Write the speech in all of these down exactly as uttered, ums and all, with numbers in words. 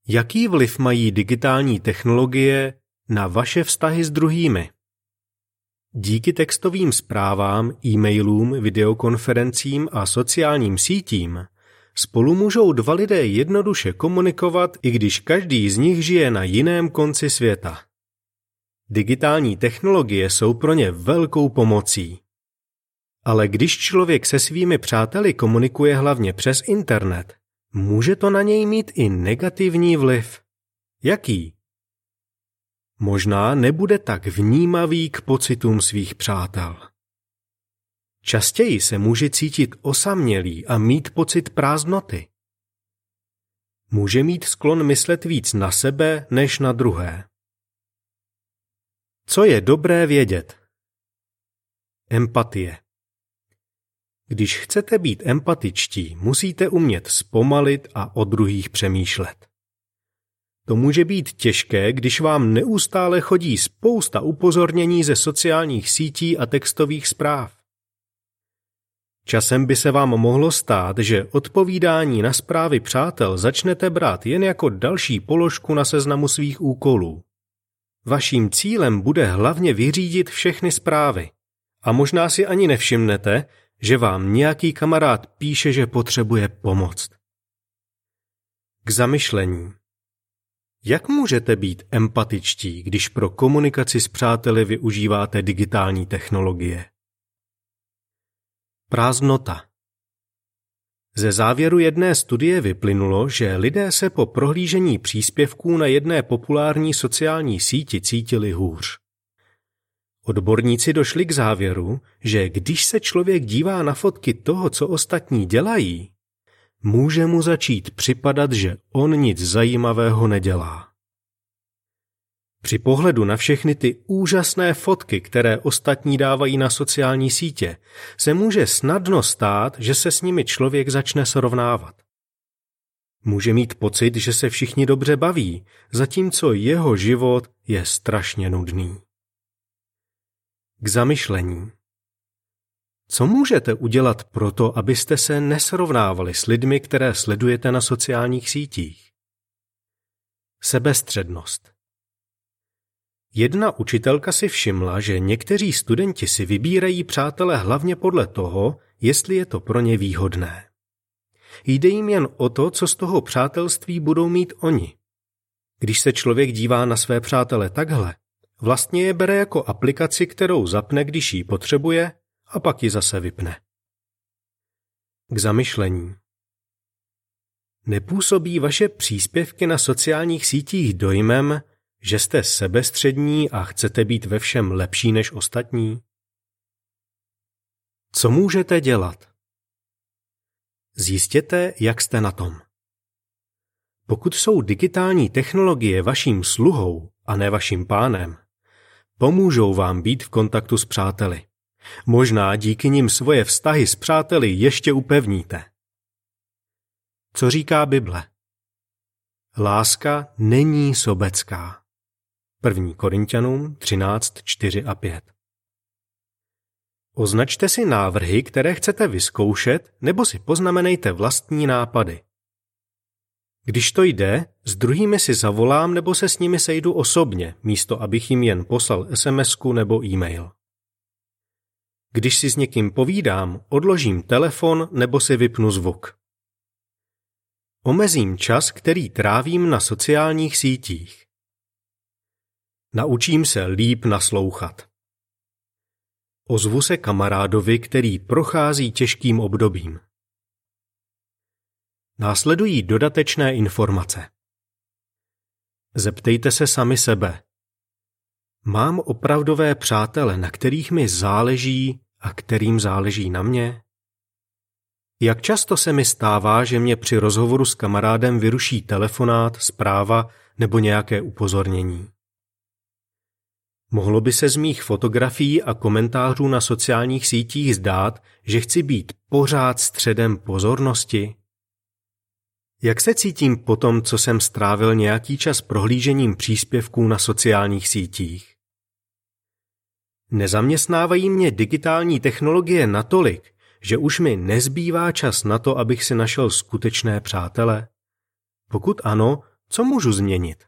Jaký vliv mají digitální technologie na vaše vztahy s druhými? Díky textovým zprávám, e-mailům, videokonferencím a sociálním sítím spolu můžou dva lidé jednoduše komunikovat, i když každý z nich žije na jiném konci světa. Digitální technologie jsou pro ně velkou pomocí. Ale když člověk se svými přáteli komunikuje hlavně přes internet, může to na něj mít i negativní vliv. Jaký? Možná nebude tak vnímavý k pocitům svých přátel. Častěji se může cítit osamělý a mít pocit prázdnoty. Může mít sklon myslet víc na sebe než na druhé. Co je dobré vědět? Empatie. Když chcete být empatičtí, musíte umět zpomalit a o druhých přemýšlet. To může být těžké, když vám neustále chodí spousta upozornění ze sociálních sítí a textových zpráv. Časem by se vám mohlo stát, že odpovídání na zprávy přátel začnete brát jen jako další položku na seznamu svých úkolů. Vaším cílem bude hlavně vyřídit všechny zprávy. A možná si ani nevšimnete, že vám nějaký kamarád píše, že potřebuje pomoc. K zamyšlení. Jak můžete být empatičtí, když pro komunikaci s přáteli využíváte digitální technologie? Prázdnota. Ze závěru jedné studie vyplynulo, že lidé se po prohlížení příspěvků na jedné populární sociální síti cítili hůř. Odborníci došli k závěru, že když se člověk dívá na fotky toho, co ostatní dělají, může mu začít připadat, že on nic zajímavého nedělá. Při pohledu na všechny ty úžasné fotky, které ostatní dávají na sociální sítě, se může snadno stát, že se s nimi člověk začne srovnávat. Může mít pocit, že se všichni dobře baví, zatímco jeho život je strašně nudný. K zamyšlení. Co můžete udělat proto, abyste se nesrovnávali s lidmi, které sledujete na sociálních sítích? Sebestřednost. Jedna učitelka si všimla, že někteří studenti si vybírají přátele hlavně podle toho, jestli je to pro ně výhodné. Jde jim jen o to, co z toho přátelství budou mít oni. Když se člověk dívá na své přátele takhle, vlastně je bere jako aplikaci, kterou zapne, když ji potřebuje, a pak ji zase vypne. K zamyšlení. Nepůsobí vaše příspěvky na sociálních sítích dojmem, že jste sebestřední a chcete být ve všem lepší než ostatní? Co můžete dělat? Zjistěte, jak jste na tom. Pokud jsou digitální technologie vaším sluhou a ne vaším pánem, pomůžou vám být v kontaktu s přáteli. Možná díky nim svoje vztahy s přáteli ještě upevníte. Co říká Bible? Láska není sobecká. první Korinťanům třináct, čtyři a pět. Označte si návrhy, které chcete vyzkoušet, nebo si poznamenejte vlastní nápady. Když to jde, s druhými si zavolám nebo se s nimi sejdu osobně, místo abych jim jen poslal esemesku nebo e-mail. Když si s někým povídám, odložím telefon nebo si vypnu zvuk. Omezím čas, který trávím na sociálních sítích. Naučím se líp naslouchat. Ozvu se kamarádovi, který prochází těžkým obdobím. Následují dodatečné informace. Zeptejte se sami sebe. Mám opravdové přátele, na kterých mi záleží a kterým záleží na mě? Jak často se mi stává, že mě při rozhovoru s kamarádem vyruší telefonát, zpráva nebo nějaké upozornění? Mohlo by se z mých fotografií a komentářů na sociálních sítích zdát, že chci být pořád středem pozornosti? Jak se cítím po tom, co jsem strávil nějaký čas prohlížením příspěvků na sociálních sítích? Nezaměstnávají mě digitální technologie natolik, že už mi nezbývá čas na to, abych si našel skutečné přátele? Pokud ano, Co můžu změnit?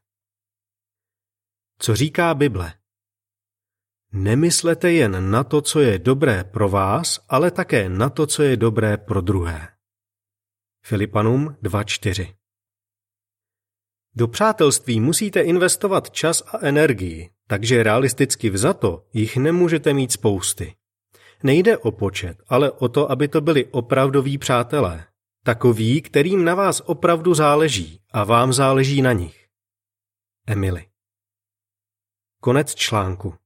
Co říká Bible? Nemyslete jen na to, co je dobré pro vás, ale také na to, co je dobré pro druhé. Filipanům dva čtyři. Do přátelství musíte investovat čas a energii, takže realisticky vzato jich nemůžete mít spousty. Nejde o počet, ale o to, aby to byli opravdoví přátelé. Takoví, kterým na vás opravdu záleží a vám záleží na nich. Emily. Konec článku.